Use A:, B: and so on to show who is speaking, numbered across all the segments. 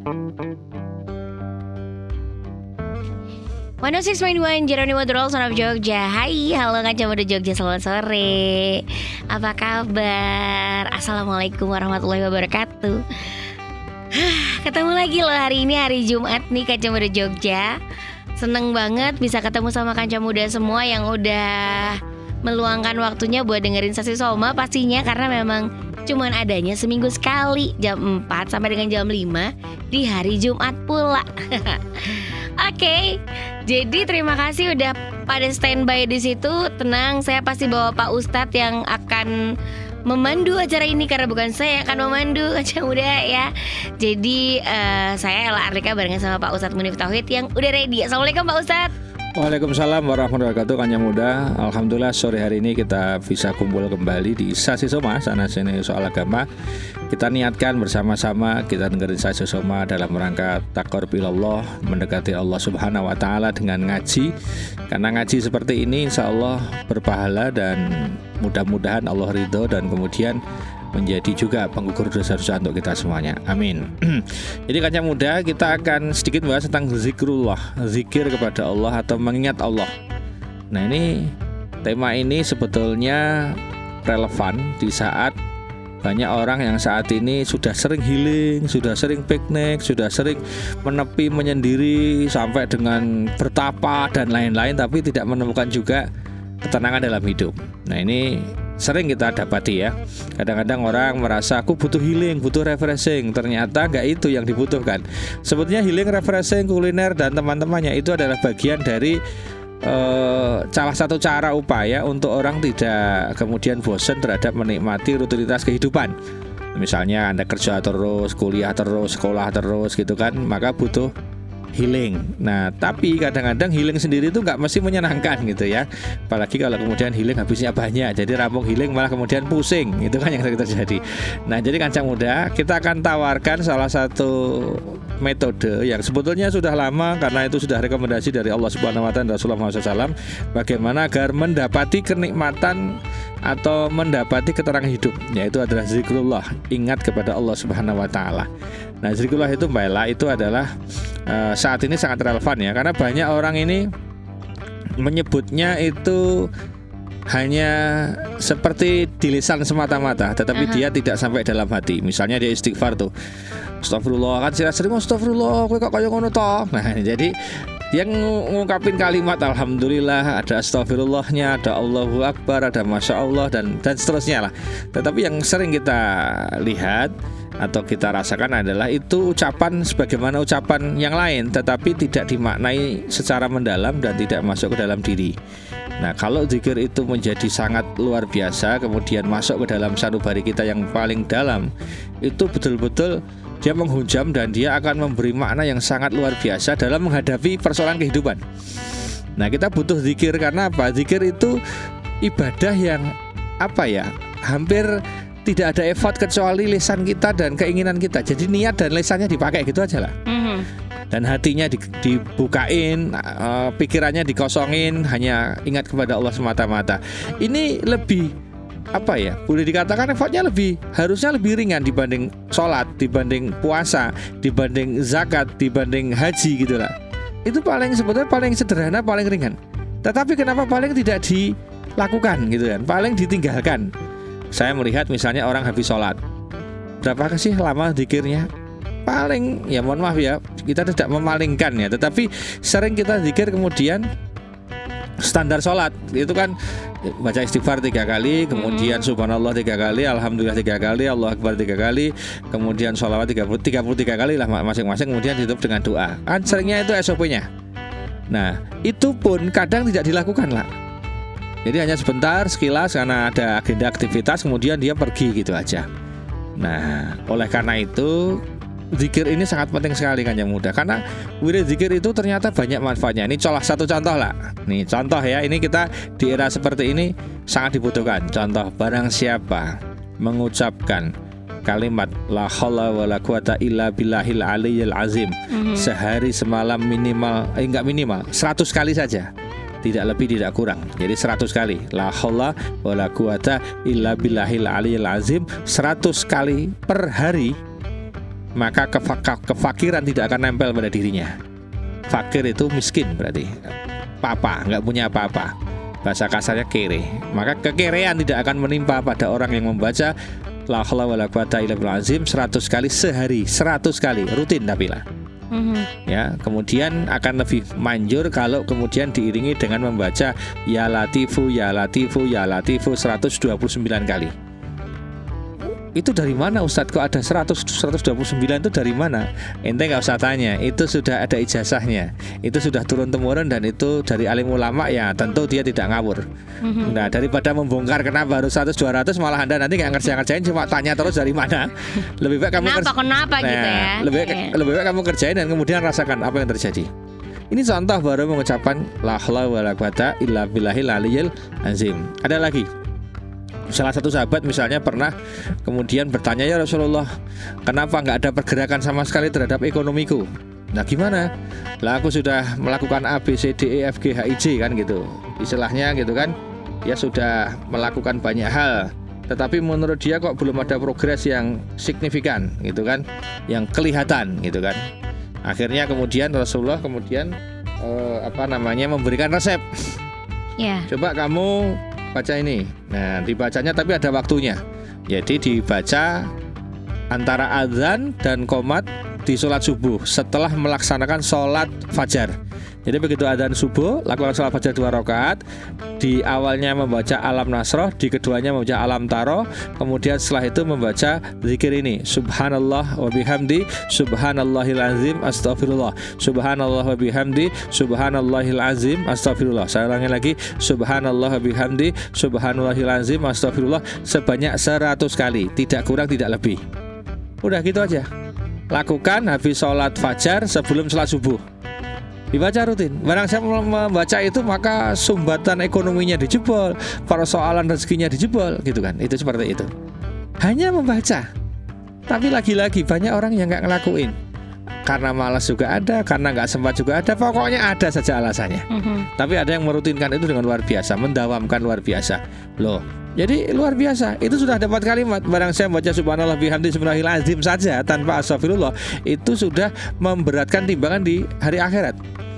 A: 106.1 Jeronimo The Roll Son of Jogja. Hai, halo Kanca Muda Jogja, selamat sore. Apa kabar? Assalamualaikum warahmatullahi wabarakatuh. Ketemu lagi loh hari ini, hari Jumat nih Kanca Muda Jogja. Seneng banget bisa ketemu sama Kanca Muda semua yang udah meluangkan waktunya buat dengerin Sasi Soma pastinya, karena memang cuman adanya seminggu sekali jam 4 sampai dengan jam 5 di hari Jumat pula. Oke, jadi terima kasih udah pada standby di situ. Tenang, saya pasti bawa Pak Ustadz yang akan memandu acara ini, karena bukan saya yang akan memandu Kanca Muda ya. Jadi saya Ella Arlika barengan sama Pak Ustadz Munif Tauhid yang udah ready. Assalamualaikum Pak Ustadz.
B: Waalaikumsalam warahmatullahi wabarakatuh. Kanca Muda, alhamdulillah sore hari ini kita bisa kumpul kembali di Sasi Soma, sana sini soal agama. Kita niatkan bersama-sama, kita dengerin Sasi Soma dalam rangka taqarrub ilallah, mendekati Allah Subhanahu wa taala dengan ngaji. Karena ngaji seperti ini insya Allah berpahala dan mudah-mudahan Allah ridho dan kemudian menjadi juga penggugur dosa-dosa untuk kita semuanya. Amin. Jadi Kanca Muda, kita akan sedikit bahas tentang zikrullah, zikir kepada Allah atau mengingat Allah. Nah, ini tema ini sebetulnya relevan di saat banyak orang yang saat ini sudah sering healing, sudah sering piknik, sudah sering menepi menyendiri sampai dengan bertapa dan lain-lain, tapi tidak menemukan juga ketenangan dalam hidup. Nah, ini sering kita dapati ya. Kadang-kadang orang merasa aku butuh healing, butuh refreshing. Ternyata nggak itu yang dibutuhkan. Sebetulnya healing, refreshing, kuliner dan teman-temannya itu adalah bagian dari salah satu cara upaya untuk orang tidak kemudian bosan terhadap menikmati rutinitas kehidupan. Misalnya Anda kerja terus, kuliah terus, sekolah terus gitu kan, maka butuh healing. Nah, tapi kadang-kadang healing sendiri itu nggak mesti menyenangkan gitu ya. Apalagi kalau kemudian healing habisnya banyak, jadi rampung healing malah kemudian pusing. Itu kan yang sering terjadi. Nah, jadi Kanca Muda, kita akan tawarkan salah satu metode yang sebetulnya sudah lama, karena itu sudah rekomendasi dari Allah Subhanahu wa taala dan Rasulullah SAW, bagaimana agar mendapati kenikmatan atau mendapati keterangan hidup, yaitu adalah zikrullah, ingat kepada Allah Subhanahu wa taala. Nah, zikrullah itu Mbak Ella, itu adalah saat ini sangat relevan ya, karena banyak orang ini menyebutnya itu hanya seperti di lisan semata-mata, tetapi dia tidak sampai dalam hati. Misalnya dia istighfar tuh, astagfirullah, kan sering astagfirullah, kowe kok kaya ngono toh. Nah, jadi yang ngungkapin kalimat alhamdulillah, ada astagfirullahnya, ada Allahu Akbar, ada Masya Allah dan seterusnya lah. Tetapi yang sering kita lihat atau kita rasakan adalah itu ucapan sebagaimana ucapan yang lain, tetapi tidak dimaknai secara mendalam dan tidak masuk ke dalam diri. Nah, kalau zikir itu menjadi sangat luar biasa, kemudian masuk ke dalam sanubari kita yang paling dalam, itu betul-betul dia menghujam dan dia akan memberi makna yang sangat luar biasa dalam menghadapi persoalan kehidupan. Nah, kita butuh zikir karena apa? Zikir itu ibadah yang hampir tidak ada effort kecuali lisan kita dan keinginan kita. Jadi niat dan lisannya dipakai gitu aja lah. Dan hatinya dibukain, pikirannya dikosongin, hanya ingat kepada Allah semata-mata. Ini lebih boleh dikatakan effortnya harusnya lebih ringan dibanding sholat, dibanding puasa, dibanding zakat, dibanding haji gitu lah. Itu sebetulnya paling sederhana, paling ringan. Tetapi kenapa paling tidak dilakukan gitu kan, paling ditinggalkan. Saya melihat misalnya orang habis sholat, berapa sih lama zikirnya? Paling, ya mohon maaf ya, kita tidak memalingkan ya, tetapi sering kita zikir kemudian standar sholat itu kan baca istighfar 3 kali, kemudian subhanallah 3 kali, alhamdulillah 3 kali, Allah Akbar 3 kali, kemudian sholawat 33 kali lah masing-masing, kemudian ditutup dengan doa. Kan seringnya itu SOP-nya. Nah, itu pun kadang tidak dilakukan lah. Jadi hanya sebentar, sekilas karena ada agenda aktivitas, kemudian dia pergi gitu aja. Nah, oleh karena itu zikir ini sangat penting sekali Kanca Muda, karena wirid zikir itu ternyata banyak manfaatnya. Ini salah satu contoh lah. Nih contoh ya, ini kita di era seperti ini sangat dibutuhkan. Contoh, barang siapa mengucapkan kalimat la haula wala quwata illa billahil aliyyil azim sehari semalam enggak minimal 100 kali saja, tidak lebih tidak kurang. Jadi 100 kali la haula wala quwata illa billahil aliyyil azim 100 kali per hari, maka kefakiran tidak akan nempel pada dirinya. Fakir itu miskin berarti papa, nggak punya apa-apa. Bahasa kasarnya kere. Maka kekerean tidak akan menimpa pada orang yang membaca la haula wala quwata illa billahil azim 100 kali sehari, 100 kali rutin tapi lah. Ya, kemudian akan lebih manjur kalau kemudian diiringi dengan membaca ya latifu ya latifu ya latifu 129 kali. Itu dari mana Ustadz, kok ada 129 itu dari mana? Ente nggak usah tanya, itu sudah ada ijazahnya, itu sudah turun temurun dan itu dari alim ulama, ya tentu dia tidak ngawur. Nah, daripada membongkar kenapa harus 100-200, malah Anda nanti nggak ngerjain cuma tanya terus dari mana. Lebih baik kamu
A: kenapa gitu ya.
B: Lebih baik kamu kerjain dan kemudian rasakan apa yang terjadi. Ini contoh baru mengucapkan la haula wala quwata illa billahil aliyil azim. Ada lagi. Salah satu sahabat misalnya pernah kemudian bertanya, ya Rasulullah, kenapa nggak ada pergerakan sama sekali terhadap ekonomiku? Nah gimana? Lah aku sudah melakukan A, B, C, D, E, F, G, H, I, J kan gitu. Istilahnya gitu kan. Dia sudah melakukan banyak hal, tetapi menurut dia kok belum ada progres yang signifikan gitu kan, yang kelihatan gitu kan. Akhirnya kemudian Rasulullah memberikan resep. Coba kamu baca ini. Nah, dibacanya tapi ada waktunya. Jadi dibaca antara azan dan qomat di sholat subuh setelah melaksanakan sholat fajar. Jadi begitu azan subuh, lakukan sholat fajar 2 rakaat. Di awalnya membaca alam nasroh, di keduanya membaca alam taro. Kemudian setelah itu membaca zikir ini, subhanallah wa bihamdi subhanallahil azim astaghfirullah, subhanallah wa bihamdi subhanallahil azim astaghfirullah. Saya ulangi lagi, subhanallah wa bihamdi subhanallahil azim astaghfirullah sebanyak 100 kali, tidak kurang tidak lebih. Udah gitu aja. Lakukan habis sholat fajar sebelum sholat subuh. Dibaca rutin. Barang saya membaca itu maka sumbatan ekonominya dijebol, persoalan rezekinya dijebol gitu kan. Itu seperti itu. Hanya membaca. Tapi lagi-lagi banyak orang yang nggak ngelakuin. Karena malas juga ada, karena nggak sempat juga ada. Pokoknya ada saja alasannya. Tapi ada yang merutinkan itu dengan luar biasa, mendawamkan luar biasa. Loh, jadi luar biasa. Itu sudah dapat kalimat. Barang saya baca subhanallah bihamdi subhanallahil azim saja tanpa astagfirullah, itu sudah memberatkan timbangan di hari akhirat.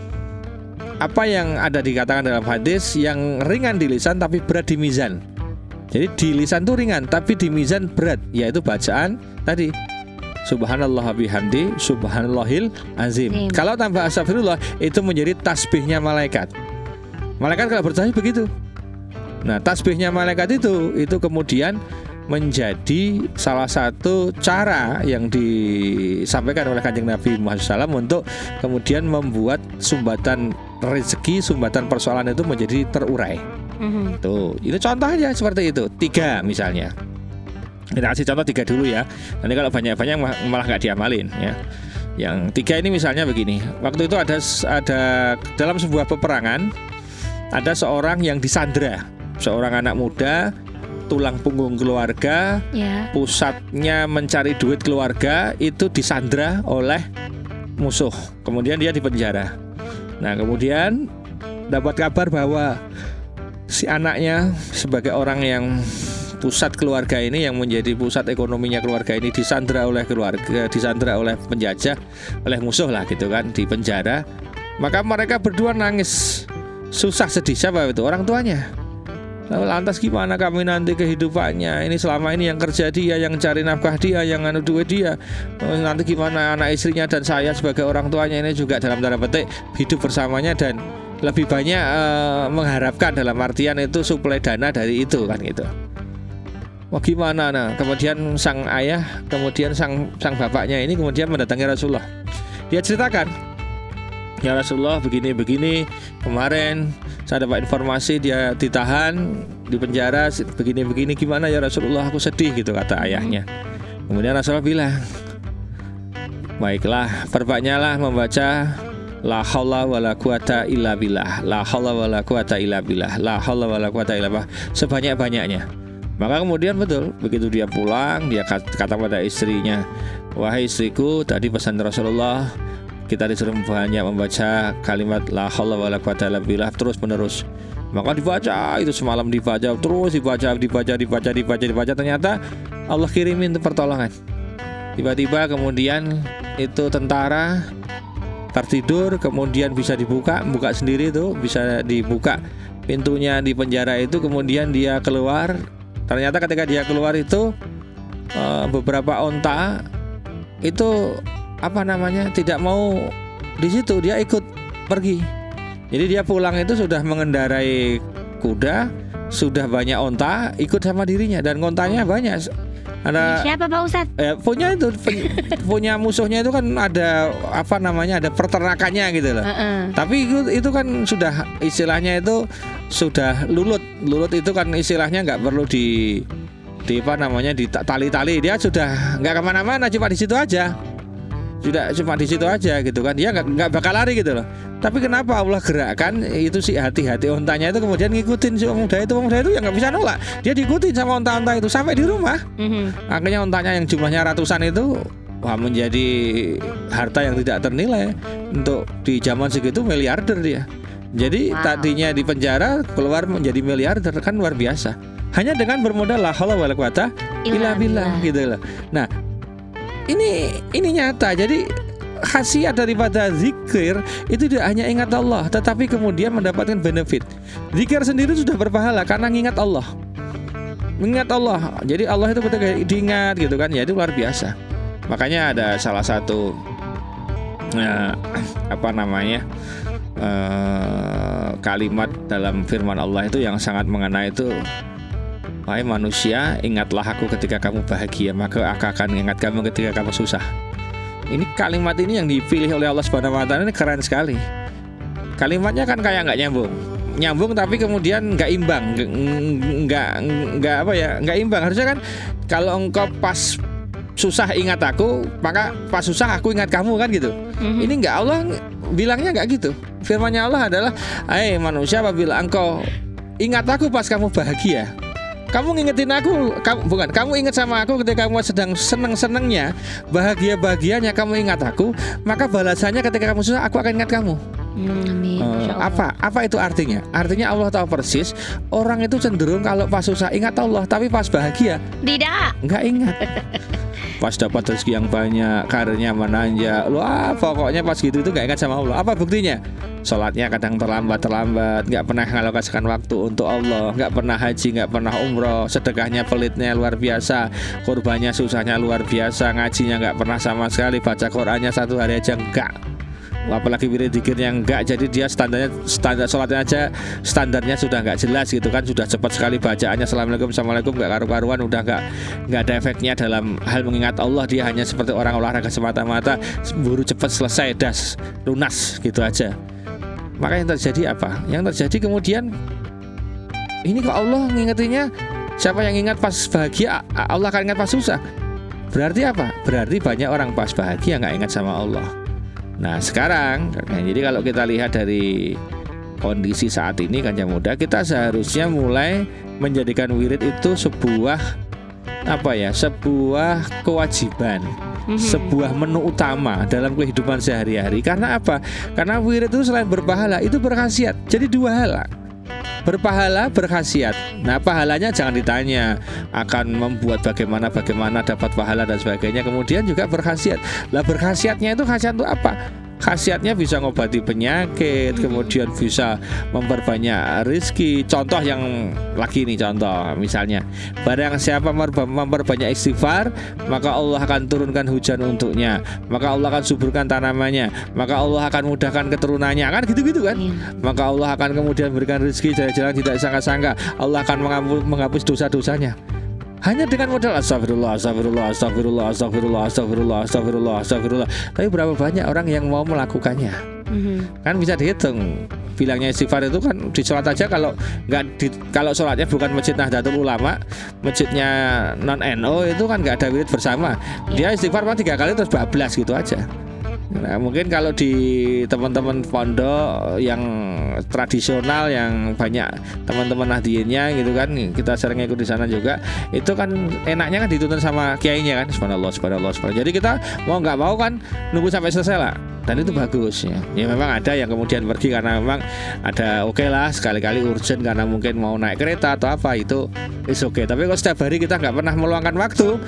B: Apa yang ada dikatakan dalam hadis, yang ringan di lisan tapi berat di mizan. Jadi di lisan itu ringan tapi di mizan berat, yaitu bacaan tadi subhanallah bihamdi subhanallahil azim. Kalau tambah astagfirullah itu menjadi tasbihnya malaikat. Malaikat kalau bertasbih begitu. Nah, tasbihnya malaikat itu kemudian menjadi salah satu cara yang disampaikan oleh Kanjeng Nabi Muhammad SAW untuk kemudian membuat sumbatan rezeki, sumbatan persoalan itu menjadi terurai. Tuh, ini contoh aja seperti itu. 3 misalnya. Kita kasih contoh 3 dulu ya. Nanti kalau banyak-banyak malah nggak diamalin ya. Yang 3 ini misalnya begini. Waktu itu ada dalam sebuah peperangan, ada seorang yang disandra, seorang anak muda, tulang punggung keluarga, pusatnya mencari duit keluarga, itu disandra oleh musuh. Kemudian dia dipenjara. Nah, kemudian dapat kabar bahwa si anaknya sebagai orang yang pusat keluarga ini, yang menjadi pusat ekonominya keluarga ini, disandra oleh keluarga, disandra oleh penjajah, oleh musuh lah gitu kan, di penjara. Maka mereka berdua nangis, susah sedih. Siapa itu? Orang tuanya. Lantas gimana kami nanti kehidupannya? Ini selama ini yang kerja dia, yang cari nafkah dia, yang anu duit dia. Nanti gimana anak istrinya dan saya sebagai orang tuanya ini juga dalam tanda petik hidup bersamanya dan lebih banyak mengharapkan, dalam artian itu suplai dana dari itu kan gitu. Wah gimana? Nah, kemudian sang ayah, kemudian sang bapaknya ini kemudian mendatangi Rasulullah. Dia ceritakan, ya Rasulullah begini-begini, kemarin saya dapat informasi dia ditahan di penjara begini-begini, gimana ya Rasulullah, aku sedih gitu kata ayahnya. Kemudian Rasulullah bilang, baiklah, perbanyaklah membaca la haula wala quwata illa billah, la haula wala quwata illa billah, la haula wala quwata illa billah, sebanyak-banyaknya. Maka kemudian betul, begitu dia pulang, dia kata pada istrinya, wahai istriku, tadi pesan Rasulullah, kita disuruh banyak membaca kalimat la haula wala quwata illa billah terus menerus. Maka dibaca itu semalam, dibaca terus, dibaca, ternyata Allah kirimin itu pertolongan. Tiba-tiba kemudian itu tentara tertidur, kemudian bisa buka sendiri tuh, bisa dibuka pintunya di penjara itu, kemudian dia keluar. Ternyata ketika dia keluar itu beberapa onta itu tidak mau di situ, dia ikut pergi. Jadi dia pulang itu sudah mengendarai kuda, sudah banyak onta ikut sama dirinya, dan ontanya banyak. Ada
A: siapa Pak Ustadz?
B: Punya musuhnya itu kan ada ada peternakannya gitu loh. Tapi itu kan sudah istilahnya itu sudah lulut itu kan istilahnya nggak perlu di tali-tali, dia sudah nggak kemana-mana, cuma di situ aja. Cuma di situ aja gitu kan, dia nggak bakal lari gitu loh. Tapi kenapa Allah gerakkan itu si hati-hati ontanya itu kemudian ngikutin si pemuda itu yang nggak bisa nolak, dia diikutin sama onta-onta itu sampai di rumah. Akhirnya ontanya yang jumlahnya ratusan itu menjadi harta yang tidak ternilai. Untuk di zaman segitu miliarder dia. Jadi tadinya di penjara keluar menjadi miliarder, kan luar biasa. Hanya dengan bermodal la haula wala quwata illa billah gitu loh. Nah, ini nyata. Jadi khasiat daripada zikir itu tidak hanya ingat Allah, tetapi kemudian mendapatkan benefit. Zikir sendiri sudah berpahala karena mengingat Allah. Jadi Allah itu betul diingat gitu kan. Ya itu luar biasa. Makanya ada salah satu kalimat dalam firman Allah itu yang sangat mengena itu, wahai manusia, ingatlah aku ketika kamu bahagia, maka aku akan ingat kamu ketika kamu susah. Ini kalimat ini yang dipilih oleh Allah Subhanahu wa taala, ini keren sekali. Kalimatnya kan kayak nggak nyambung tapi kemudian nggak imbang, nggak imbang. Harusnya kan kalau engkau pas susah ingat aku, maka pas susah aku ingat kamu kan gitu. Ini nggak, Allah bilangnya nggak gitu. Firman-Nya Allah adalah, hai manusia, apabila engkau ingat aku pas kamu bahagia, kamu ngingetin aku, kamu ingat sama aku ketika kamu sedang seneng-senengnya, bahagia-bahagianya kamu ingat aku, maka balasannya ketika kamu susah aku akan ingat kamu. Apa itu artinya? Artinya Allah tahu persis orang itu cenderung kalau pas susah ingat Allah, tapi pas bahagia nggak ingat. Pas dapat rezeki yang banyak, karirnya menanjak, pokoknya pas gitu itu nggak ingat sama Allah. Apa buktinya? Sholatnya kadang terlambat, nggak pernah mengalokasikan waktu untuk Allah, nggak pernah haji, nggak pernah umroh, sedekahnya pelitnya luar biasa, kurbannya susahnya luar biasa, ngajinya nggak pernah sama sekali, baca Qurannya satu hari aja enggak, apalagi wirid zikirnya enggak. Jadi dia standar sholatnya aja standarnya sudah nggak jelas gitu kan, sudah cepat sekali bacaannya, assalamualaikum nggak karu-karuan, udah nggak ada efeknya dalam hal mengingat Allah. Dia hanya seperti orang olahraga semata-mata, buru cepat selesai, das lunas gitu aja. Maka yang terjadi apa? Yang terjadi kemudian ini kok Allah ngingetinnya, siapa yang ingat pas bahagia Allah akan ingat pas susah. Berarti apa? Berarti banyak orang pas bahagia nggak ingat sama Allah. Nah sekarang, jadi kalau kita lihat dari kondisi saat ini Kanjeng Muda, kita seharusnya mulai menjadikan wirid itu sebuah kewajiban, sebuah menu utama dalam kehidupan sehari-hari. Karena apa? Karena wirid itu selain berpahala, itu berkhasiat. Jadi dua hal, berpahala, berkhasiat. Nah pahalanya jangan ditanya, akan membuat bagaimana dapat pahala dan sebagainya. Kemudian juga berkhasiat. Lah berkhasiatnya itu khasiat untuk apa? Khasiatnya bisa ngobati penyakit, kemudian bisa memperbanyak rezeki. Contoh yang lagi nih, contoh misalnya, barang siapa memperbanyak istighfar, maka Allah akan turunkan hujan untuknya, maka Allah akan suburkan tanamannya, maka Allah akan mudahkan keturunannya, kan gitu-gitu kan. Maka Allah akan kemudian berikan rezeki jalan-jalan tidak sangka-sangka, Allah akan menghapus dosa-dosanya. Hanya dengan modal astagfirullah. Tapi berapa banyak orang yang mau melakukannya? Kan bisa dihitung. Bilangnya istighfar itu kan di sholat aja, kalau sholatnya bukan masjid Nahdlatul Ulama, masjidnya non NU itu kan nggak ada wirid bersama. Dia istighfar 3 kali terus bablas gitu aja. Nah, mungkin kalau di teman-teman pondok yang tradisional, yang banyak teman-teman nahdiyinnya gitu kan, kita sering ikut di sana juga, itu kan enaknya kan dituntun sama kiainya kan, subhanallah. Jadi kita mau nggak mau kan nunggu sampai selesai lah, dan itu bagus ya. Ya memang ada yang kemudian pergi karena memang ada lah sekali-kali urgent karena mungkin mau naik kereta atau apa, itu is okay. Tapi kalau setiap hari kita nggak pernah meluangkan waktu,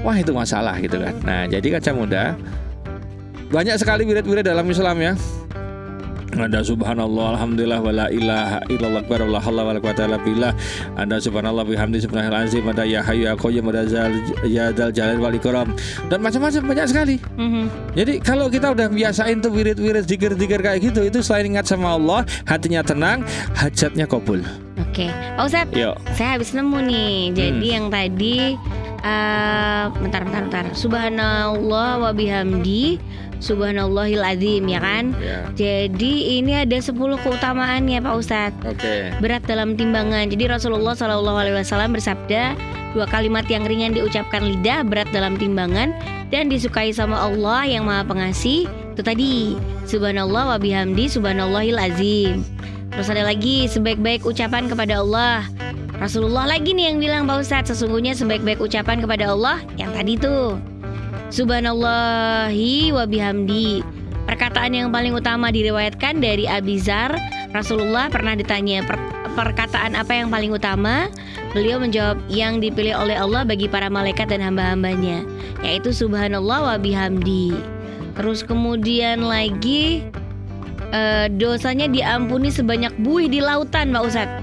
B: wah itu masalah gitu kan. Nah jadi kaca muda, banyak sekali wirid-wirid dalam Islam ya. Ada subhanallah, alhamdulillah, wala ilaha illallah, wala haula wala quwata illa billah. Ada subhanallah bihamdi subhanallahil azim, ada ya hayyu ya qayyum, ada ya dzal jalal wal ikram, dan macam-macam banyak sekali. Jadi kalau kita udah biasain tuh wirid-wirid zikir-zikir kayak gitu, itu selain ingat sama Allah, hatinya tenang, hajatnya kabul.
A: Oke, Pak Ustadz, saya habis nemu nih. Jadi yang tadi bentar. Subhanallah wa bihamdi subhanallahil azim, ya kan? Jadi ini ada 10 keutamaannya Pak Ustadz. Berat dalam timbangan. Jadi Rasulullah SAW bersabda, 2 kalimat yang ringan diucapkan lidah, berat dalam timbangan, dan disukai sama Allah yang Maha Pengasih. Itu tadi, subhanallah wa bihamdi subhanallahil azim. Terus ada lagi, sebaik-baik ucapan kepada Allah. Rasulullah lagi nih yang bilang Pak Ustadz, sesungguhnya sebaik-baik ucapan kepada Allah yang tadi tuh, subhanallahi wa bihamdi. Perkataan yang paling utama diriwayatkan dari Abi Dzar. Rasulullah pernah ditanya perkataan apa yang paling utama. Beliau menjawab, yang dipilih oleh Allah bagi para malaikat dan hamba-hambanya, yaitu subhanallah wa bihamdi. Terus kemudian lagi, dosanya diampuni sebanyak buih di lautan Pak Ustadz.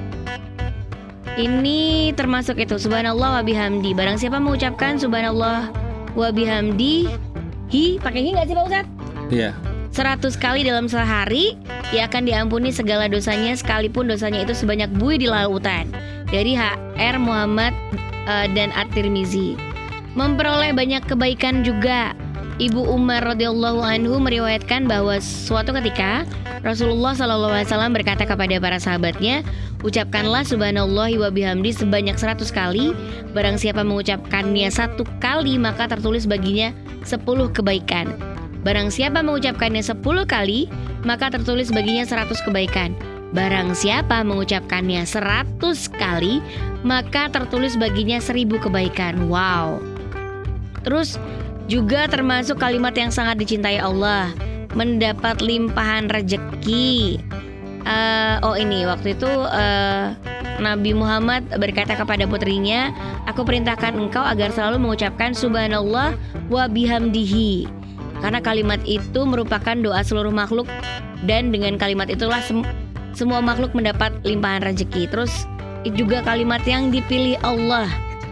A: Ini termasuk itu, subhanallah wa bihamdi. Barang siapa mengucapkan subhanallah wa bihamdi, pakai hi nggak sih Pak Ustadz? Iya. 100 kali dalam sehari, ia akan diampuni segala dosanya, sekalipun dosanya itu sebanyak buih di lautan. Dari HR Muhammad dan At-Tirmizi. Memperoleh banyak kebaikan juga. Ibu Umar radhiyallahu anhu meriwayatkan bahwa suatu ketika Rasulullah SAW berkata kepada para sahabatnya, ucapkanlah subhanallahi wa bihamdi sebanyak 100 kali. Barang siapa mengucapkannya 1 kali, maka tertulis baginya 10 kebaikan. Barang siapa mengucapkannya 10 kali, maka tertulis baginya 100 kebaikan. Barang siapa mengucapkannya 100 kali, maka tertulis baginya 1000 kebaikan. Wow. Terus juga termasuk kalimat yang sangat dicintai Allah, mendapat limpahan rezeki. Ini waktu itu Nabi Muhammad berkata kepada putrinya, aku perintahkan engkau agar selalu mengucapkan subhanallah wa bihamdihi, karena kalimat itu merupakan doa seluruh makhluk, dan dengan kalimat itulah semua makhluk mendapat limpahan rezeki. Terus juga kalimat yang dipilih Allah.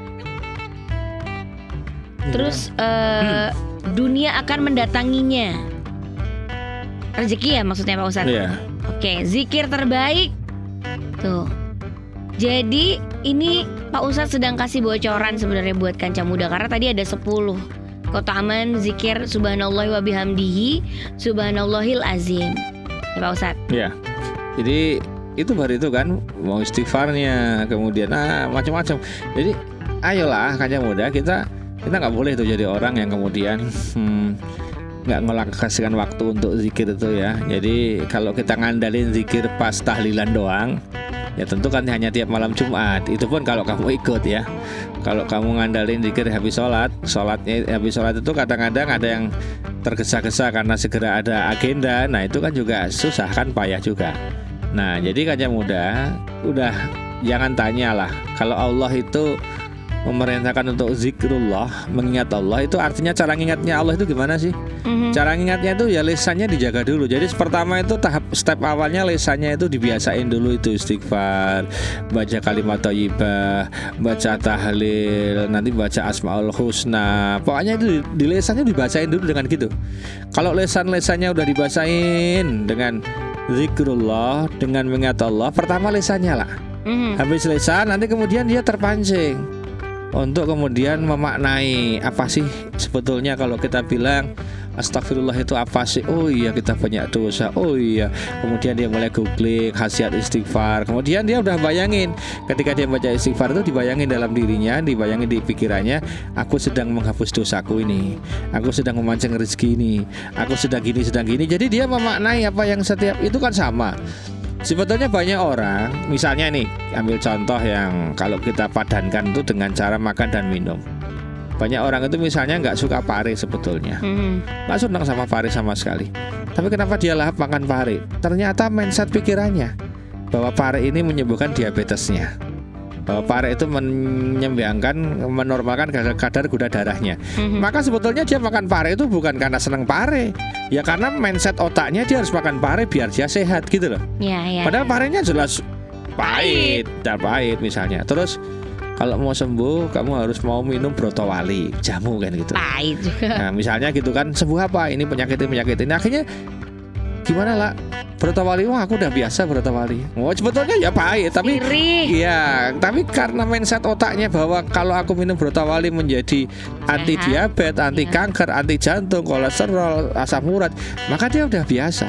A: Terus dunia akan mendatanginya. Rezeki ya maksudnya Pak Ustadz? Oke, zikir terbaik. Tuh. Jadi ini Pak Ustadz sedang kasih bocoran sebenarnya buat Kanca Muda, karena tadi ada 10 keutamaan zikir subhanallah wa bihamdihi subhanallahil azim. Ya Pak Ustadz? Iya. Jadi itu baru itu kan, mau istighfarnya, kemudian macam-macam. Jadi ayolah Kanca Muda, kita nggak boleh tuh jadi orang yang kemudian nggak ngelakaskan waktu untuk zikir itu ya. Jadi kalau kita ngandalin zikir pas tahlilan doang, ya tentu kan hanya tiap malam Jumat. Itu pun kalau kamu ikut ya. Kalau kamu ngandalin zikir habis sholatnya habis sholat itu kadang-kadang ada yang tergesa-gesa karena segera ada agenda. Nah itu kan juga susah kan, payah juga. Nah jadi Kanca Muda, udah jangan tanyalah. Kalau Allah itu memerintahkan untuk zikrullah, mengingat Allah, itu artinya cara ngingatnya Allah itu gimana sih? Cara ngingatnya itu ya lisannya dijaga dulu. Jadi pertama itu step awalnya lisannya itu dibiasain dulu, itu istighfar, baca kalimat thayyibah, baca tahlil, nanti baca asmaul husna. Pokoknya itu di lisannya dibacain dulu dengan gitu. Kalau lisannya udah dibacain dengan zikrullah, dengan mengingat Allah, pertama lisannya lah. Habis lisan nanti kemudian dia terpancing untuk kemudian memaknai apa sih sebetulnya kalau kita bilang astagfirullah itu apa sih? Oh iya, kita banyak dosa. Oh iya. Kemudian dia mulai googling khasiat istighfar. Kemudian dia udah bayangin, ketika dia baca istighfar itu dibayangin dalam dirinya, dibayangin di pikirannya, aku sedang menghapus dosaku ini, aku sedang memancing rezeki ini, aku sedang gini. Jadi dia memaknai apa yang setiap itu kan sama. Sebetulnya banyak orang, misalnya nih, ambil contoh yang kalau kita padankan itu dengan cara makan dan minum. Banyak orang itu misalnya nggak suka pare sebetulnya, nggak senang sama pare sama sekali. Tapi kenapa dia lahap makan pare? Ternyata mindset pikirannya bahwa pare ini menyembuhkan diabetesnya.
B: pare itu menormalkan kadar gula darahnya. Maka sebetulnya dia makan pare itu bukan karena senang pare, ya karena mindset otaknya dia harus makan pare biar dia sehat gitu loh. Padahal parenya jelas pahit misalnya. Terus kalau mau sembuh kamu harus mau minum brotowali, jamu kan gitu.
A: Pahit juga.
B: Nah misalnya gitu kan, sembuh apa? Ini penyakit ini. Akhirnya gimana lah? Brotowali, wah aku udah biasa brotowali. Oh sebetulnya ya pahit, tapi iya, tapi karena mindset otaknya bahwa kalau aku minum brotowali menjadi anti diabetes, anti kanker, anti jantung, kolesterol, asam urat, maka dia udah biasa.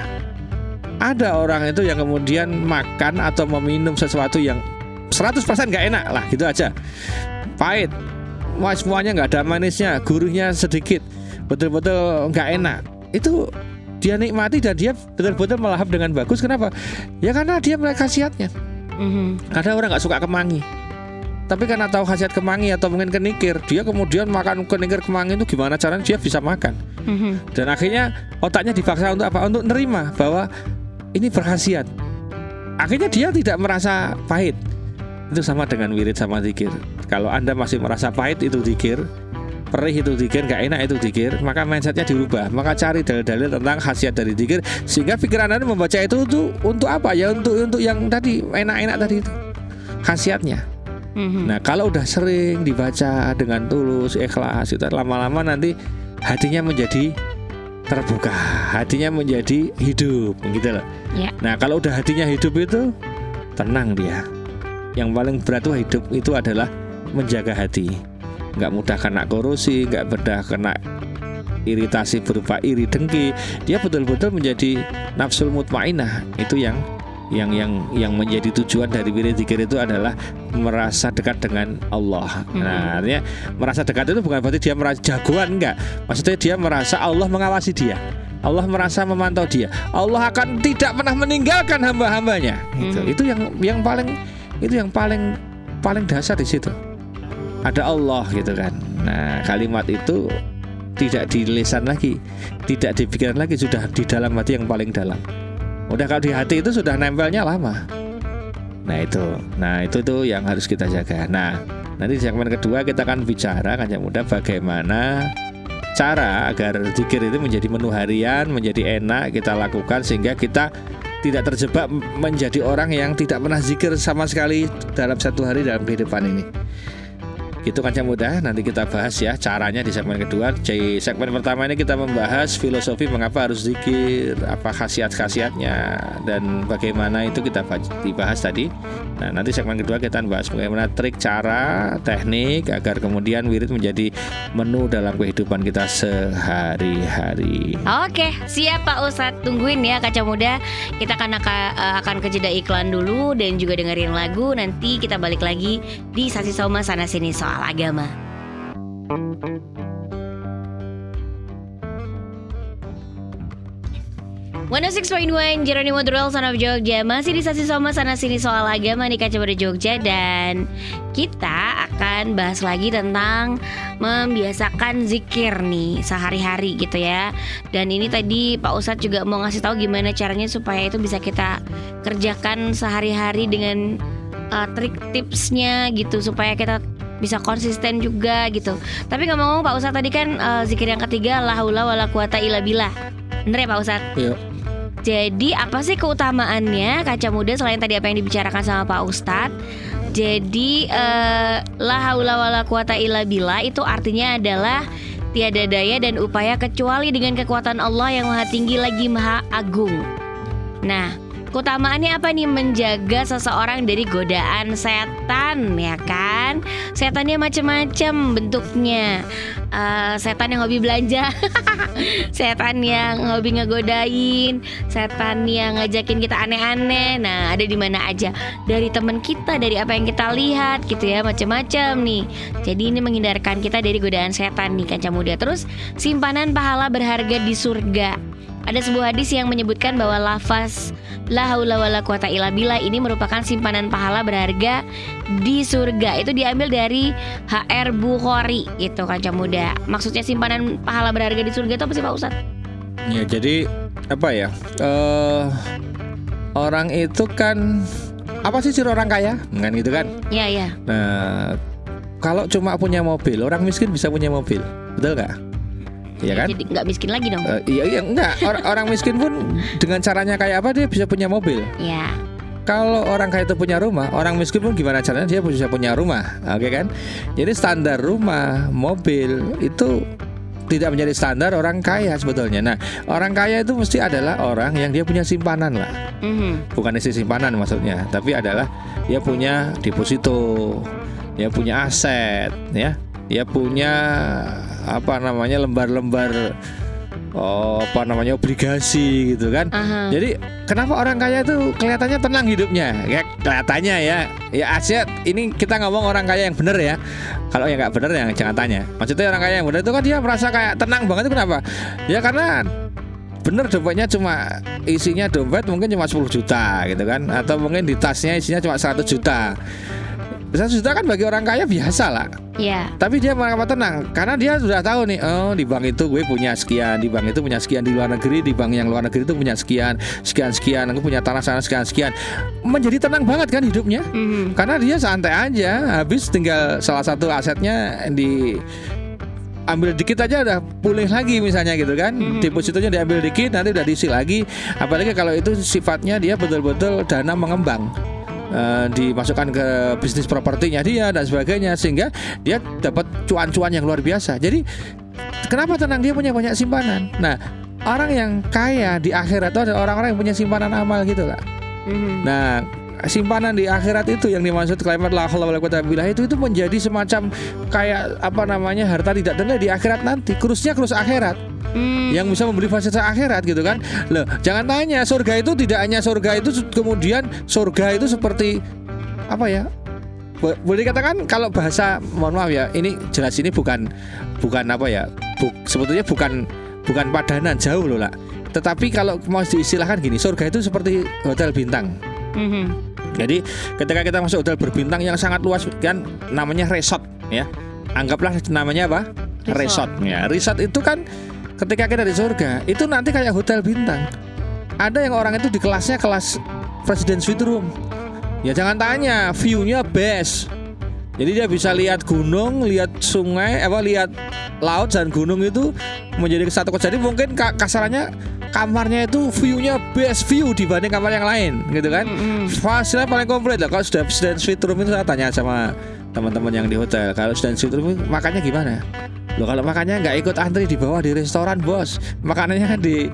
B: Ada orang itu yang kemudian makan atau meminum sesuatu yang 100% gak enak lah, gitu aja. Pahit, wah semuanya gak ada manisnya, gurihnya sedikit, betul-betul gak enak. Itu dia nikmati dan dia betul-betul melahap dengan bagus. Kenapa? Ya karena dia melihat khasiatnya. Kadang orang gak suka kemangi, tapi karena tahu khasiat kemangi atau mungkin kenikir, dia kemudian makan kenikir kemangi itu gimana caranya dia bisa makan. Dan akhirnya otaknya dipaksa untuk apa? Untuk nerima bahwa ini berkhasiat. Akhirnya dia tidak merasa pahit. Itu sama dengan wirid sama zikir. Kalau Anda masih merasa pahit itu zikir, perih itu zikir, gak enak itu zikir, maka mindsetnya dirubah. Maka cari dalil-dalil tentang khasiat dari zikir, sehingga pikiran Anda membaca itu untuk apa? Ya untuk yang tadi enak-enak tadi itu khasiatnya. Nah kalau udah sering dibaca dengan tulus, ikhlas, itu lama-lama nanti hatinya menjadi terbuka, hatinya menjadi hidup, gitu loh. Nah kalau udah hatinya hidup itu tenang dia. Yang paling berat tuh hidup itu adalah menjaga hati. Nggak mudah kena korosi, nggak mudah kena iritasi berupa iri dengki. Dia betul-betul menjadi nafsul mutmainah. Itu yang menjadi tujuan dari wirid zikir itu adalah merasa dekat dengan Allah. Nah, artinya merasa dekat itu bukan berarti dia merasa jagoan, enggak. Maksudnya dia merasa Allah mengawasi dia. Allah merasa memantau dia. Allah akan tidak pernah meninggalkan hamba-hambanya. Itu yang paling dasar di situ. Ada Allah gitu kan. Nah kalimat itu tidak di lisan lagi, tidak di pikiran lagi, sudah di dalam hati yang paling dalam. Udah kalau di hati itu sudah nempelnya lama. Nah itu tuh yang harus kita jaga. Nah nanti di segmen kedua kita akan bicara Kanjeng Muda bagaimana cara agar zikir itu menjadi menu harian, menjadi enak kita lakukan sehingga kita tidak terjebak menjadi orang yang tidak pernah zikir sama sekali dalam satu hari dalam kehidupan ini. Itu Kanjeng Muda, nanti kita bahas ya caranya di segmen kedua. Di segmen pertama ini kita membahas filosofi mengapa harus zikir, apa khasiat-khasiatnya, dan bagaimana itu kita dibahas tadi. Nah nanti segmen kedua kita bahas bagaimana trik, cara, teknik agar kemudian wirid menjadi menu dalam kehidupan kita sehari-hari.
A: Oke, siap Pak Ustadz. Tungguin ya Kaca Muda. Kita akan ke jeda iklan dulu dan juga dengerin lagu. Nanti kita balik lagi di Sasi Soma Sana Sini Soal Agama. One 106.1 Jeronimo Durrell Son of Jogja. Masih di Sasi Soma Sana Sini Soal Agama di Kaca Muda Jogja. Dan kita akan bahas lagi tentang membiasakan zikir nih sehari-hari gitu ya. Dan ini tadi Pak Ustadz juga mau ngasih tahu gimana caranya supaya itu bisa kita kerjakan sehari-hari dengan trik tipsnya gitu, supaya kita bisa konsisten juga gitu. Tapi ngomong-ngomong Pak Ustadz tadi kan zikir yang ketiga la haula wala quwata illa billah. Bener ya Pak Ustadz?
B: Iya.
A: Jadi apa sih keutamaannya Kaca Muda selain tadi apa yang dibicarakan sama Pak Ustadz? Jadi la haula wala quwata illa billah itu artinya adalah tiada daya dan upaya kecuali dengan kekuatan Allah yang maha tinggi lagi maha agung. Nah keutamaannya apa nih? Menjaga seseorang dari godaan setan, ya kan? Setannya macam-macam bentuknya. Setan yang hobi belanja, setan yang hobi ngegodain, setan yang ngajakin kita aneh-aneh. Nah, ada di mana aja? Dari teman kita, dari apa yang kita lihat gitu ya, macam-macam nih. Jadi ini menghindarkan kita dari godaan setan nih Kaca Muda. Terus simpanan pahala berharga di surga. Ada sebuah hadis yang menyebutkan bahwa lafaz la haula wala quwata illa billah ini merupakan simpanan pahala berharga di surga. Itu diambil dari HR Bukhari gitu Kaca Muda. Maksudnya simpanan pahala berharga di surga itu apa sih Pak Ustadz?
B: Ya jadi apa ya, orang itu kan apa sih ciri orang kaya? Kan gitu kan.
A: Iya.
B: Nah, kalau cuma punya mobil, orang miskin bisa punya mobil, betul nggak? Iya kan?
A: Jadi nggak miskin lagi dong.
B: Iya enggak. Orang miskin pun dengan caranya kayak apa dia bisa punya mobil.
A: Iya.
B: Kalau orang kaya itu punya rumah, orang miskin pun gimana caranya dia bisa punya rumah, oke kan? Jadi standar rumah, mobil itu tidak menjadi standar orang kaya sebetulnya. Nah, orang kaya itu mesti adalah orang yang dia punya simpanan lah. Bukan isi simpanan maksudnya, tapi adalah dia punya deposito, dia punya aset, ya, dia punya lembar-lembar obligasi gitu kan. Jadi kenapa orang kaya itu kelihatannya tenang hidupnya? Ya kelihatannya ya aset. Ini kita ngomong orang kaya yang benar ya. Kalau yang nggak benar ya jangan tanya. Maksudnya orang kaya yang benar itu kan dia merasa kayak tenang banget itu kenapa? Ya karena bener dompetnya cuma isinya dompet mungkin cuma 10 juta gitu kan, atau mungkin di tasnya isinya cuma 100 juta. 100 juta kan bagi orang kaya biasa lah.
A: Iya.
B: Tapi dia malah tenang karena dia sudah tahu nih, oh di bank itu gue punya sekian, di bank itu punya sekian, di luar negeri, di bank yang luar negeri itu punya sekian, aku punya tanah sana sekian. Menjadi tenang banget kan hidupnya. Karena dia santai aja, habis tinggal salah satu asetnya ambil dikit aja udah pulih lagi misalnya gitu kan. Depositonya diambil dikit nanti udah diisi lagi. Apalagi kalau itu sifatnya dia betul-betul dana mengembang, dimasukkan ke bisnis propertinya dia dan sebagainya, sehingga dia dapat cuan-cuan yang luar biasa. Jadi kenapa tenang? Dia punya banyak simpanan. Nah, orang yang kaya di akhirat itu adalah orang-orang yang punya simpanan amal gitu lah. Nah, simpanan di akhirat itu yang dimaksud kalimat la haula wala quwwata illa billah itu menjadi semacam kayak harta tidak ternilai di akhirat nanti. Krus akhirat. Yang bisa memberi fasilitas akhirat gitu kan. Loh, jangan tanya, surga itu tidak hanya surga itu, kemudian surga itu seperti boleh dikatakan kalau bahasa, mohon maaf ya, ini jelas ini bukan sebetulnya bukan padanan, jauh loh lah. Tetapi kalau mau diistilahkan gini, surga itu seperti hotel bintang. Jadi ketika kita masuk hotel berbintang yang sangat luas kan, namanya resort ya. Anggaplah namanya apa? Resort ya. Resort itu kan ketika kita di surga itu nanti kayak hotel bintang. Ada yang orang itu di kelasnya kelas President Suite Room. Ya jangan tanya, view-nya best. Jadi dia bisa lihat gunung, lihat sungai, lihat laut dan gunung itu menjadi satu. Jadi mungkin kasarannya kamarnya itu view-nya best view dibanding kamar yang lain gitu kan. Fasilitasnya paling komplit lah. Kalau sudah President Suite Room itu saya tanya sama teman-teman yang di hotel, kalau President Suite Room makannya gimana? Loh, kalau makannya nggak ikut antri di bawah di restoran bos, makanannya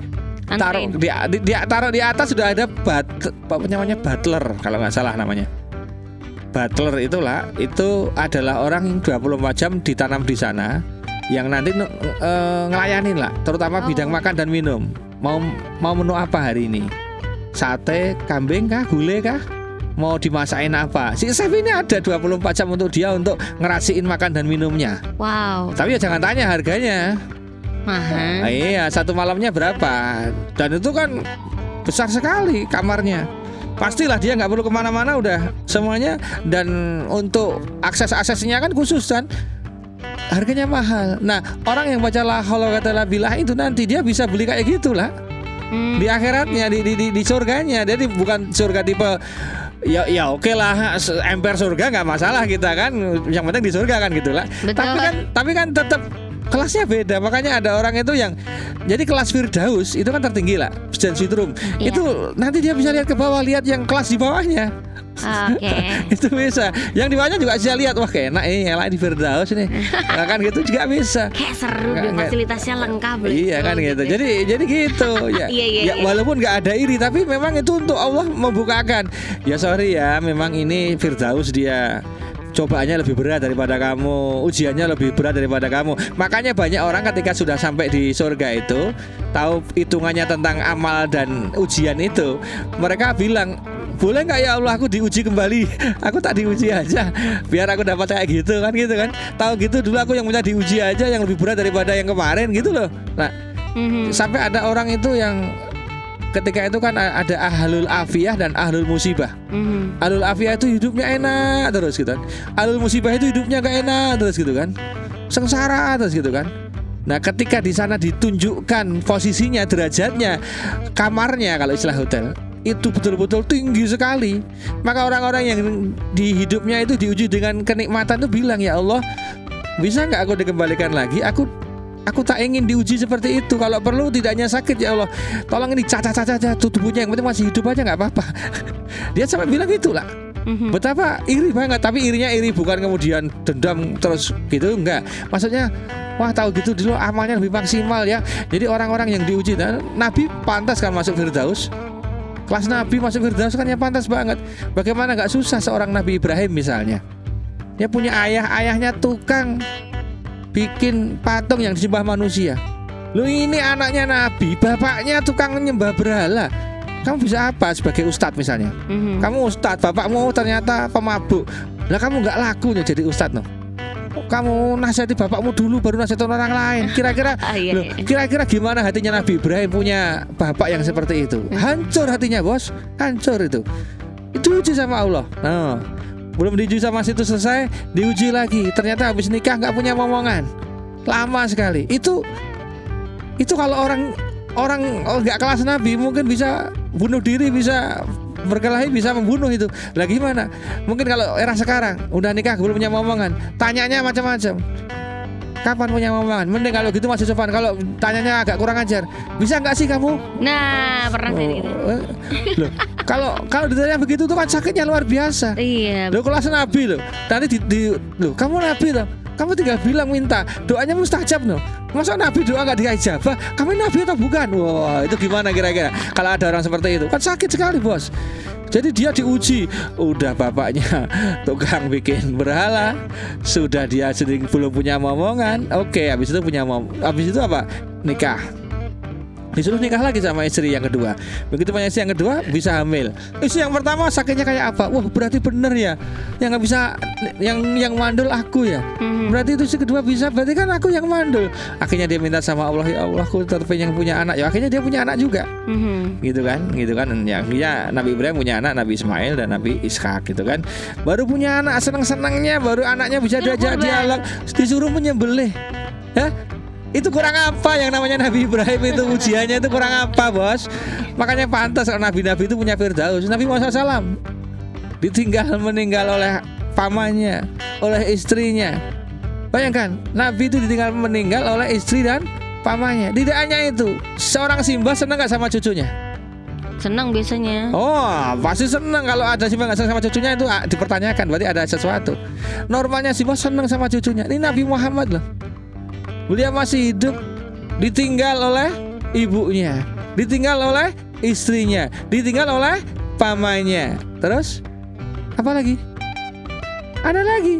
B: taruh di atas sudah ada namanya butler kalau nggak salah namanya. Butler itu adalah orang yang 24 jam ditanam di sana yang nanti ngelayanin lah, terutama bidang makan dan minum. Mau menu apa hari ini? Sate kambing kah? Gulai kah? Mau dimasakin apa? Si chef ini ada 24 jam untuk dia untuk ngerasiin makan dan minumnya.
A: Wow.
B: Tapi ya jangan tanya harganya.
A: Mahal.
B: Iya, satu malamnya berapa? Dan itu kan besar sekali kamarnya. Pastilah dia nggak perlu kemana-mana, udah semuanya. Dan untuk aksesnya kan khusus kan. Harganya mahal. Nah, orang yang baca la haula wala quwwata illa billah itu nanti dia bisa beli kayak gitulah. Di akhiratnya, di surganya. Jadi bukan surga tipe ya oke lah, emper surga nggak masalah kita kan, yang penting di surga kan gitulah. Tapi kan tetap kelasnya beda. Makanya ada orang itu yang jadi kelas Firdaus itu kan tertinggi lah, President Suite Room. Itu nanti dia bisa lihat ke bawah, lihat yang kelas di bawahnya. Itu bisa. Yang di bawahnya juga bisa lihat, wah kayak enak ini yang lain di Firdaus nih. Nah, kan gitu juga bisa.
A: Kayak seru deh, fasilitasnya lengkap.
B: Iya kan gitu. Jadi gitu ya. Ya walaupun nggak ada iri, tapi memang itu untuk Allah membukakan. Ya sorry ya, memang ini Firdaus dia cobaannya lebih berat daripada kamu, ujiannya lebih berat daripada kamu. Makanya banyak orang ketika sudah sampai di surga itu tahu hitungannya tentang amal dan ujian itu, mereka bilang, boleh nggak ya Allah aku diuji kembali, aku tak diuji aja biar aku dapat kayak gitu kan. Tahu gitu dulu aku yang punya diuji aja yang lebih berat daripada yang kemarin gitu loh. Nah sampai ada orang itu yang ketika itu kan ada ahlul afiyah dan ahlul musibah. Ahlul afiyah itu hidupnya enak terus gitu kan. Ahlul musibah itu hidupnya gak enak terus gitu kan. Sengsara terus gitu kan. Nah, ketika di sana ditunjukkan posisinya, derajatnya, kamarnya kalau istilah hotel, itu betul-betul tinggi sekali. Maka orang-orang yang di hidupnya itu diuji dengan kenikmatan itu bilang, ya Allah, bisa nggak aku dikembalikan lagi? Aku tak ingin diuji seperti itu. Kalau perlu tidak hanya sakit, ya Allah, tolong ini cacat tubuhnya, yang penting masih hidup aja nggak apa-apa. Dia sampai bilang itulah. Betapa iri banget. Tapi irinya iri bukan kemudian dendam terus gitu, enggak. Maksudnya, wah tahu gitu dulu amalnya lebih maksimal ya. Jadi orang-orang yang diuji, Nabi pantas kan masuk Firdaus. Kelas Nabi masuk Firdaus kan ya pantas banget. Bagaimana gak susah seorang Nabi Ibrahim misalnya. Dia punya ayahnya tukang bikin patung yang disembah manusia. Lu ini anaknya Nabi, bapaknya tukang menyembah berhala. Kamu bisa apa sebagai ustadz misalnya? Kamu ustadz, bapakmu ternyata pemabuk. Lah kamu gak laku jadi ustadz no? Kamu nasihati bapakmu dulu baru nasihati orang lain. Kira-kira gimana hatinya Nabi Ibrahim punya bapak yang seperti itu? Hancur hatinya, bos. Hancur itu. Itu uji sama Allah. Nah, belum diuji sama situ selesai, diuji lagi. Ternyata habis nikah nggak punya momongan. Lama sekali. Itu kalau orang nggak kelas Nabi mungkin bisa bunuh diri, bisa berkelahi, bisa membunuh itu. Lah gimana? Mungkin kalau era sekarang udah nikah belum punya momongan, tanyanya macam-macam. Kapan punya momongan? Mending kalau gitu masih sopan. Kalau tanyanya agak kurang ajar, bisa nggak sih kamu?
A: Nah, pernah gitu.
B: Loh, kalau ditanya begitu tuh kan sakitnya luar biasa.
A: Iya.
B: Loh, kelas Nabi loh. Nanti loh, kamu Nabi loh. Kamu tinggal bilang minta, doanya mustajab loh. Masa Nabi doa gak diijabah? Kamu Nabi atau bukan? Wah, itu gimana kira-kira? Kalau ada orang seperti itu kan sakit sekali, bos. Jadi dia diuji. Udah bapaknya tukang bikin berhala, sudah dia sendiri belum punya momongan. Oke, habis itu habis itu apa? Nikah. Disuruh nikah lagi sama istri yang kedua. Begitu punya istri yang kedua bisa hamil. Istri yang pertama sakitnya kayak apa? Wah, berarti bener ya. Yang nggak bisa, yang mandul aku ya. Berarti itu istri kedua bisa. Berarti kan aku yang mandul. Akhirnya dia minta sama Allah, ya Allah, aku tetap pengen punya anak. Ya akhirnya dia punya anak juga. Gitu kan. Ya, Nabi Ibrahim punya anak, Nabi Ismail dan Nabi Ishak gitu kan. Baru punya anak, seneng-senengnya baru anaknya bisa diajak dialog, disuruh menyembelih. Ya? Itu kurang apa yang namanya Nabi Ibrahim itu ujiannya itu kurang apa, bos? Makanya pantas kalau Nabi-Nabi itu punya Firdaus. Nabi Muhammad SAW ditinggal meninggal oleh pamannya, oleh istrinya. Bayangkan, Nabi itu ditinggal meninggal oleh istri dan pamannya. Tidak hanya itu, seorang Simba senang gak sama cucunya?
A: Senang biasanya.
B: Oh, pasti senang. Kalau ada Simba gak senang sama cucunya itu dipertanyakan, berarti ada sesuatu. Normalnya Simba senang sama cucunya. Ini Nabi Muhammad loh. Beliau masih hidup, ditinggal oleh ibunya, ditinggal oleh istrinya, ditinggal oleh pamannya. Terus apa lagi? Ada lagi.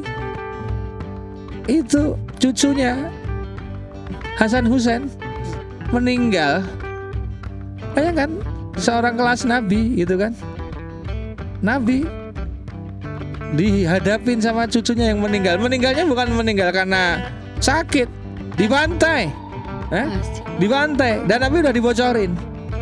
B: Itu cucunya Hasan Husain meninggal. Bayangkan seorang kelas Nabi gitu kan. Nabi dihadapin sama cucunya yang meninggal. Meninggalnya bukan meninggal karena sakit, dibantai, dibantai, dan Nabi udah dibocorin,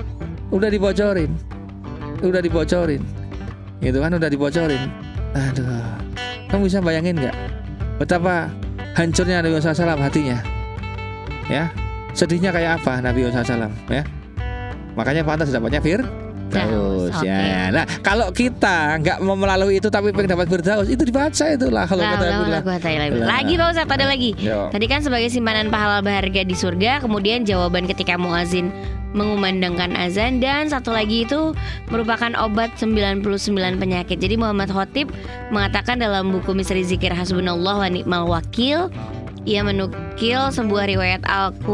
B: gitu kan, udah dibocorin. Aduh, kamu bisa bayangin nggak betapa hancurnya Nabi Muhammad SAW hatinya, ya, sedihnya kayak apa Nabi Muhammad SAW, ya, makanya pantas dapatnya Firdaus, ya. Nah, kalau kita nggak mau melalui itu tapi pengen dapat Firdaus, itu dibaca itulah. Kalau
A: lagi Pak Ustadz, ada lagi. Tadi kan sebagai simpanan pahala berharga di surga, kemudian jawaban ketika muazin mengumandangkan azan, dan satu lagi itu merupakan obat 99 penyakit. Jadi Muhammad Khotib mengatakan dalam buku Misteri Zikir Hasbunallah wa Ni'mal Wakil, ia menukil sebuah riwayat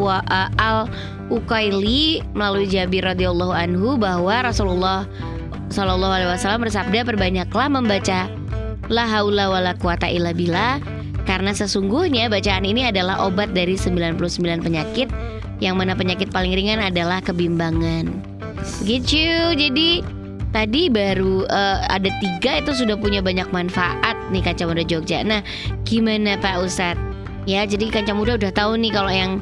A: Al-Ukaili melalui Jabir radhiyallahu anhu bahwa Rasulullah sallallahu alaihi wasallam bersabda, perbanyaklah membaca la haula wala quwata illa billah, karena sesungguhnya bacaan ini adalah obat dari 99 penyakit, yang mana penyakit paling ringan adalah kebimbangan. Gitu. Jadi tadi baru ada 3 itu sudah punya banyak manfaat nih Kaca Muda Jogja. Nah, gimana Pak Ustadz? Ya, jadi Kaca Muda udah tahu nih kalau yang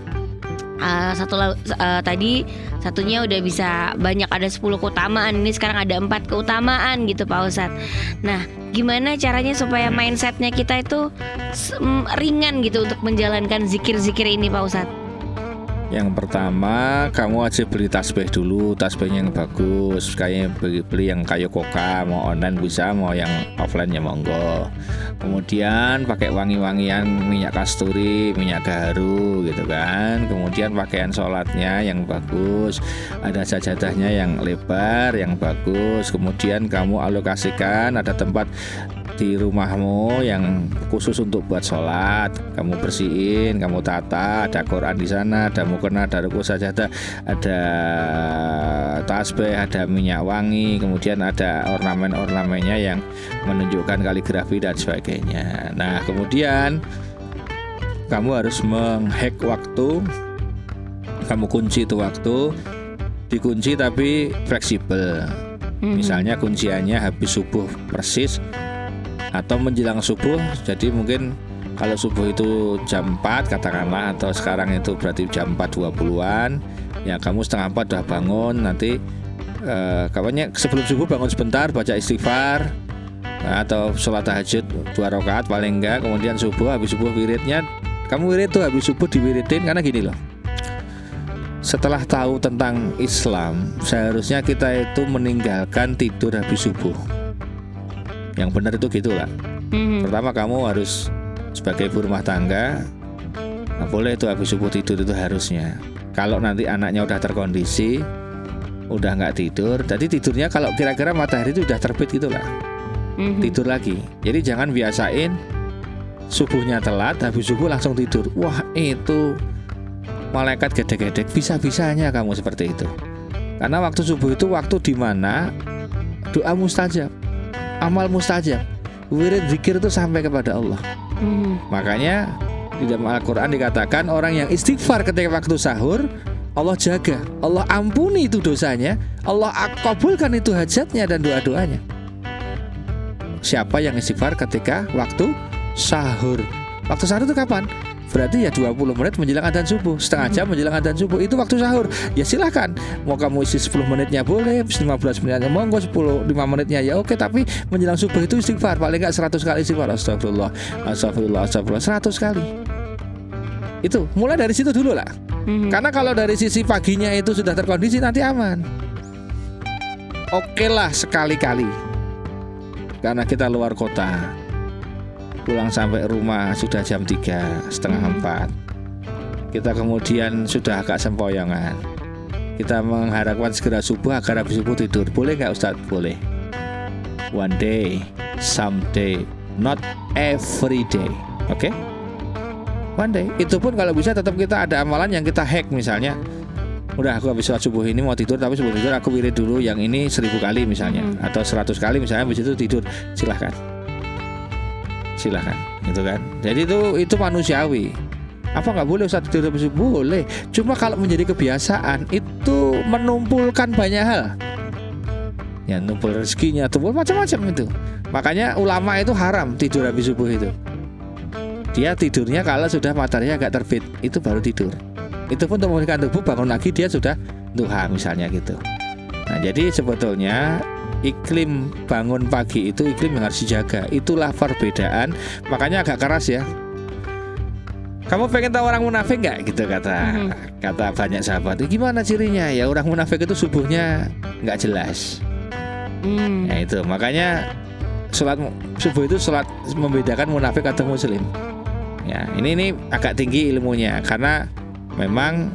A: tadi satunya udah bisa banyak, ada 10 keutamaan. Ini sekarang ada 4 keutamaan gitu Pak Ustadz. Nah, gimana caranya supaya mindsetnya kita itu ringan gitu untuk menjalankan zikir-zikir ini Pak Ustadz?
B: Yang pertama, kamu wajib beli tasbih dulu, tasbihnya yang bagus. Kayak beli yang kayu koka, mau online bisa, mau yang offline ya monggo. Kemudian pakai wangi-wangian minyak kasturi, minyak gaharu gitu kan. Kemudian pakaian sholatnya yang bagus, ada sajadahnya yang lebar, yang bagus. Kemudian kamu alokasikan ada tempat di rumahmu yang khusus untuk buat sholat, kamu bersihin, kamu tata, ada Quran di sana, ada mukena, ada ruku sajadah, ada tasbih, ada minyak wangi, kemudian ada ornamen-ornamennya yang menunjukkan kaligrafi dan sebagainya. Nah, kemudian kamu harus menghack waktu, kamu kunci itu waktu, dikunci tapi fleksibel. Misalnya kunciannya habis subuh persis atau menjelang subuh, jadi mungkin kalau subuh itu jam 4 katakanlah, atau sekarang itu berarti jam 4.20-an, ya kamu setengah 4 udah bangun, nanti kawannya sebelum subuh bangun sebentar, baca istighfar atau sholat tahajud 2 rakaat paling enggak, kemudian subuh, habis subuh wiridnya, kamu wirid tuh habis subuh diwiridin, karena gini loh, setelah tahu tentang Islam, seharusnya kita itu meninggalkan tidur habis subuh. Yang benar itu gitulah. Pertama kamu harus sebagai ibu rumah tangga, nah boleh itu habis subuh tidur, itu harusnya. Kalau nanti anaknya udah terkondisi, udah nggak tidur, jadi tidurnya kalau kira-kira matahari itu udah terbit gitulah, tidur lagi. Jadi jangan biasain subuhnya telat, habis subuh langsung tidur. Wah, itu malaikat gedek-gedek, bisa-bisanya kamu seperti itu. Karena waktu subuh itu waktu dimana doa mustajab, amal mustajab, wirid zikir itu sampai kepada Allah. Makanya di dalam Al-Quran dikatakan orang yang istighfar ketika waktu sahur, Allah jaga, Allah ampuni itu dosanya, Allah kabulkan itu hajatnya dan doa-doanya. Siapa yang istighfar ketika waktu sahur? Waktu sahur itu kapan? Berarti ya 20 menit menjelang adzan subuh, setengah jam menjelang adzan subuh, itu waktu sahur. Ya silahkan, mau kamu isi 10 menitnya boleh, 15 menitnya monggo, 5 menitnya ya oke, tapi menjelang subuh itu istighfar, paling enggak 100 kali istighfar, astagfirullah, astagfirullah, astagfirullah, 100 kali. Itu mulai dari situ dulu lah. Karena kalau dari sisi paginya itu sudah terkondisi, nanti aman. Oke lah sekali-kali, karena kita luar kota, pulang sampai rumah sudah jam 3, setengah 4. Kita kemudian sudah agak sempoyongan, kita mengharapkan segera subuh agar habis subuh tidur. Boleh nggak Ustadz? Boleh. One day, someday, not every day. Oke? One day. Itu pun kalau bisa tetap kita ada amalan yang kita hack. Misalnya, udah aku habis sholat subuh ini mau tidur, tapi sebelum tidur aku wirid dulu yang ini 1000 kali misalnya, atau 100 kali misalnya, habis itu tidur. Silahkan, gitu kan. Jadi itu manusiawi. Apa nggak boleh Ustaz tidur habis subuh? Boleh. Cuma kalau menjadi kebiasaan itu menumpulkan banyak hal. Ya, numpul rezekinya, tumpul macam-macam itu. Makanya ulama itu haram tidur habis subuh itu. Dia tidurnya kalau sudah matahari agak terbit, itu baru tidur. Itu pun untuk memulihkan tubuh, bangun lagi dia sudah duha misalnya gitu. Nah, jadi sebetulnya iklim bangun pagi itu iklim yang harus dijaga. Itulah perbedaan. Makanya agak keras ya. Kamu pengen tahu orang munafik nggak? Gitu kata banyak sahabat. Gimana cirinya? Ya orang munafik itu subuhnya nggak jelas. Ya itu. Makanya sholat subuh itu sholat membedakan munafik atau muslim. Ya ini agak tinggi ilmunya, karena memang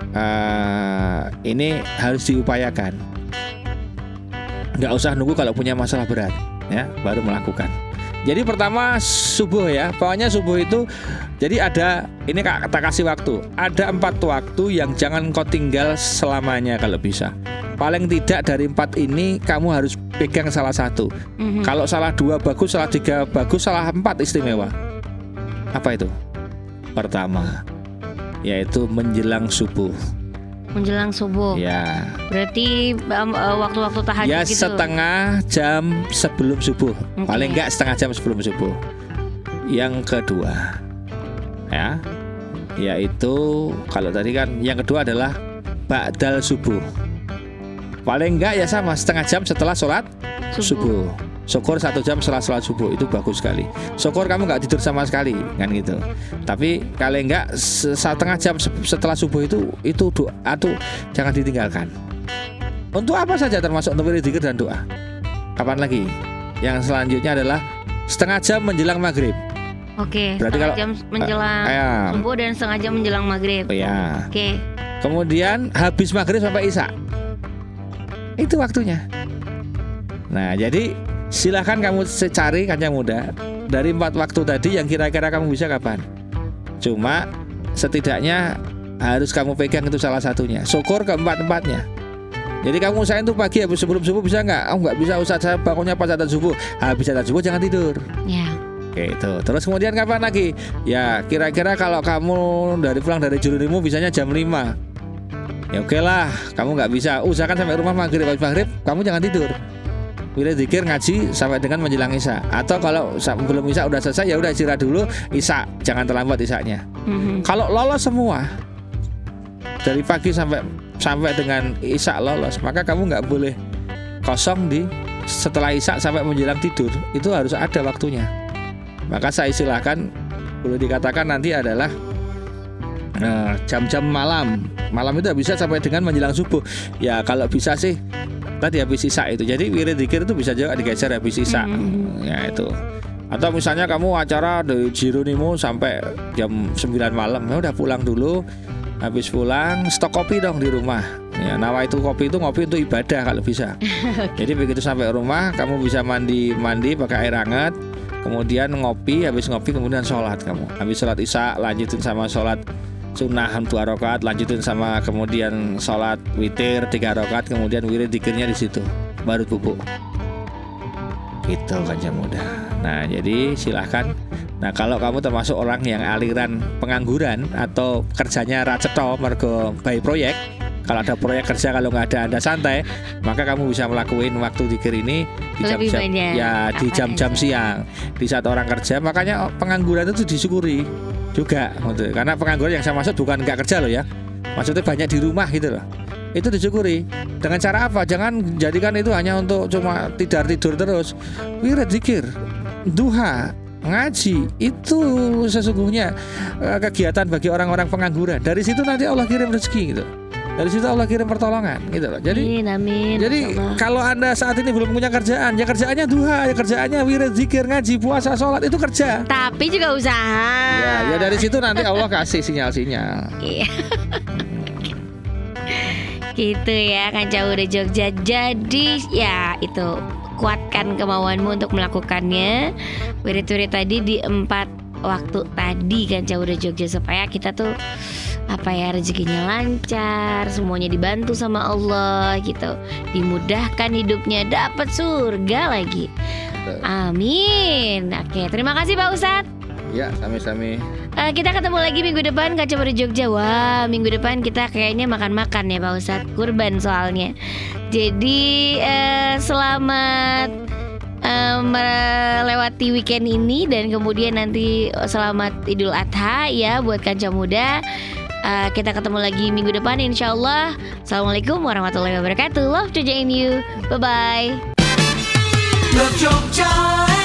B: ini harus diupayakan. Nggak usah nunggu kalau punya masalah berat, ya baru melakukan. Jadi pertama subuh ya, pokoknya subuh itu jadi ada, ini kita kasih waktu, ada 4 waktu yang jangan kau tinggal selamanya kalau bisa. Paling tidak dari 4 ini kamu harus pegang salah satu. Kalau salah 2 bagus, salah 3 bagus, salah 4 istimewa. Apa itu? Pertama, yaitu menjelang subuh. Menjelang subuh. Ya. Berarti waktu-waktu tahajud ya, gitu. Ya setengah jam sebelum subuh. Paling enggak setengah jam sebelum subuh. Yang kedua, ya, yaitu kalau tadi kan yang kedua adalah ba'dal subuh. Paling enggak ya sama setengah jam setelah sholat subuh. Syukur 1 jam setelah sholat subuh, itu bagus sekali. Syukur kamu nggak tidur sama sekali, kan gitu. Tapi kalau enggak setengah jam setelah subuh itu doa tuh jangan ditinggalkan. Untuk apa saja, termasuk untuk zikir dan doa. Kapan lagi? Yang selanjutnya adalah setengah jam menjelang maghrib.
A: Oke.
B: Berarti
A: setengah
B: kalau
A: jam menjelang subuh dan setengah jam menjelang maghrib.
B: Ya.
A: Oke.
B: Kemudian habis maghrib sampai isya, itu waktunya. Nah, jadi silahkan kamu cari Kanca Muda dari 4 waktu tadi yang kira-kira kamu bisa kapan. Cuma setidaknya harus kamu pegang itu salah satunya. Syukur ke 4-empatnya. Jadi kamu usahain tuh pagi habis sebelum subuh bisa nggak? Oh nggak bisa, Ustaz, saya bangunnya pas adzan subuh. Habis adzan subuh jangan tidur.
A: Ya.
B: Gitu. Terus kemudian kapan lagi? Ya kira-kira kalau kamu pulang dari Jeronimo bisanya jam 5. Ya oke lah, kamu nggak bisa, usahakan sampai rumah maghrib. Habis maghrib kamu jangan tidur. Wirid zikir ngaji sampai dengan menjelang isya. Atau kalau belum isya udah selesai, ya udah istirahat dulu, isya jangan terlambat isyanya. Kalau lolos semua dari pagi sampai dengan isya lolos, maka kamu nggak boleh kosong di setelah isya sampai menjelang tidur. Itu harus ada waktunya. Maka saya istilahkan, boleh dikatakan nanti adalah jam-jam malam itu bisa sampai dengan menjelang subuh. Ya kalau bisa sih tadi habis isya itu. Jadi wirid zikir itu bisa juga digeser habis isya. Ya itu. Atau misalnya kamu acara dari Jeronimo sampai jam 9 malam, ya udah pulang dulu. Habis pulang stok kopi dong di rumah. Ya, nawa itu kopi itu ngopi untuk ibadah kalau bisa. Jadi begitu sampai rumah kamu bisa mandi pakai air hangat. Kemudian ngopi, habis ngopi kemudian sholat kamu. Habis sholat isya lanjutin sama sholat sunnah 2 rakaat, lanjutin sama kemudian sholat witir 3 rakaat, kemudian wirid zikirnya di situ, baru bubuk. Gitu Kanca Muda. Nah jadi silahkan. Nah kalau kamu termasuk orang yang aliran pengangguran atau kerjanya raceto mergo by proyek, kalau ada proyek kerja, kalau nggak ada Anda santai, maka kamu bisa melakukan waktu zikir ini di jam-jam di jam-jam siang, di saat orang kerja. Makanya pengangguran itu disyukuri juga, karena pengangguran yang saya maksud bukan nggak kerja loh ya, maksudnya banyak di rumah gitu loh. Itu disyukuri. Dengan cara apa? Jangan jadikan itu hanya untuk cuma tidur terus. Wirid zikir, duha, ngaji, itu sesungguhnya kegiatan bagi orang-orang pengangguran. Dari situ nanti Allah kirim rezeki gitu. Dari situ Allah kirim pertolongan gitu loh. Jadi
A: amin.
B: Jadi kalau Anda saat ini belum punya kerjaan, ya kerjaannya duha, ya kerjaannya wirid zikir, ngaji, puasa, sholat, itu kerja.
A: Tapi juga usaha.
B: Ya dari situ nanti Allah kasih sinyal-sinyal.
A: Iya. Gitu ya Kanca Muda Jogja. Jadi ya itu, kuatkan kemauanmu untuk melakukannya. Wirid-wirid tadi di 4 waktu tadi Kanca Muda Jogja, supaya kita tuh rezekinya lancar, semuanya dibantu sama Allah gitu, dimudahkan hidupnya, dapat surga lagi. Amin. Oke, terima kasih Pak Ustadz.
B: Ya, sami-sami.
A: Kita ketemu lagi minggu depan Kanca Muda Jogja. Wah, minggu depan kita kayaknya makan-makan ya Pak Ustadz, kurban soalnya. Jadi selamat melewati weekend ini, dan kemudian nanti selamat Idul Adha ya buat Kanca Muda. Kita ketemu lagi minggu depan insyaallah. Assalamualaikum warahmatullahi wabarakatuh. Love Jogja in you. Bye bye.
C: Love Jogja.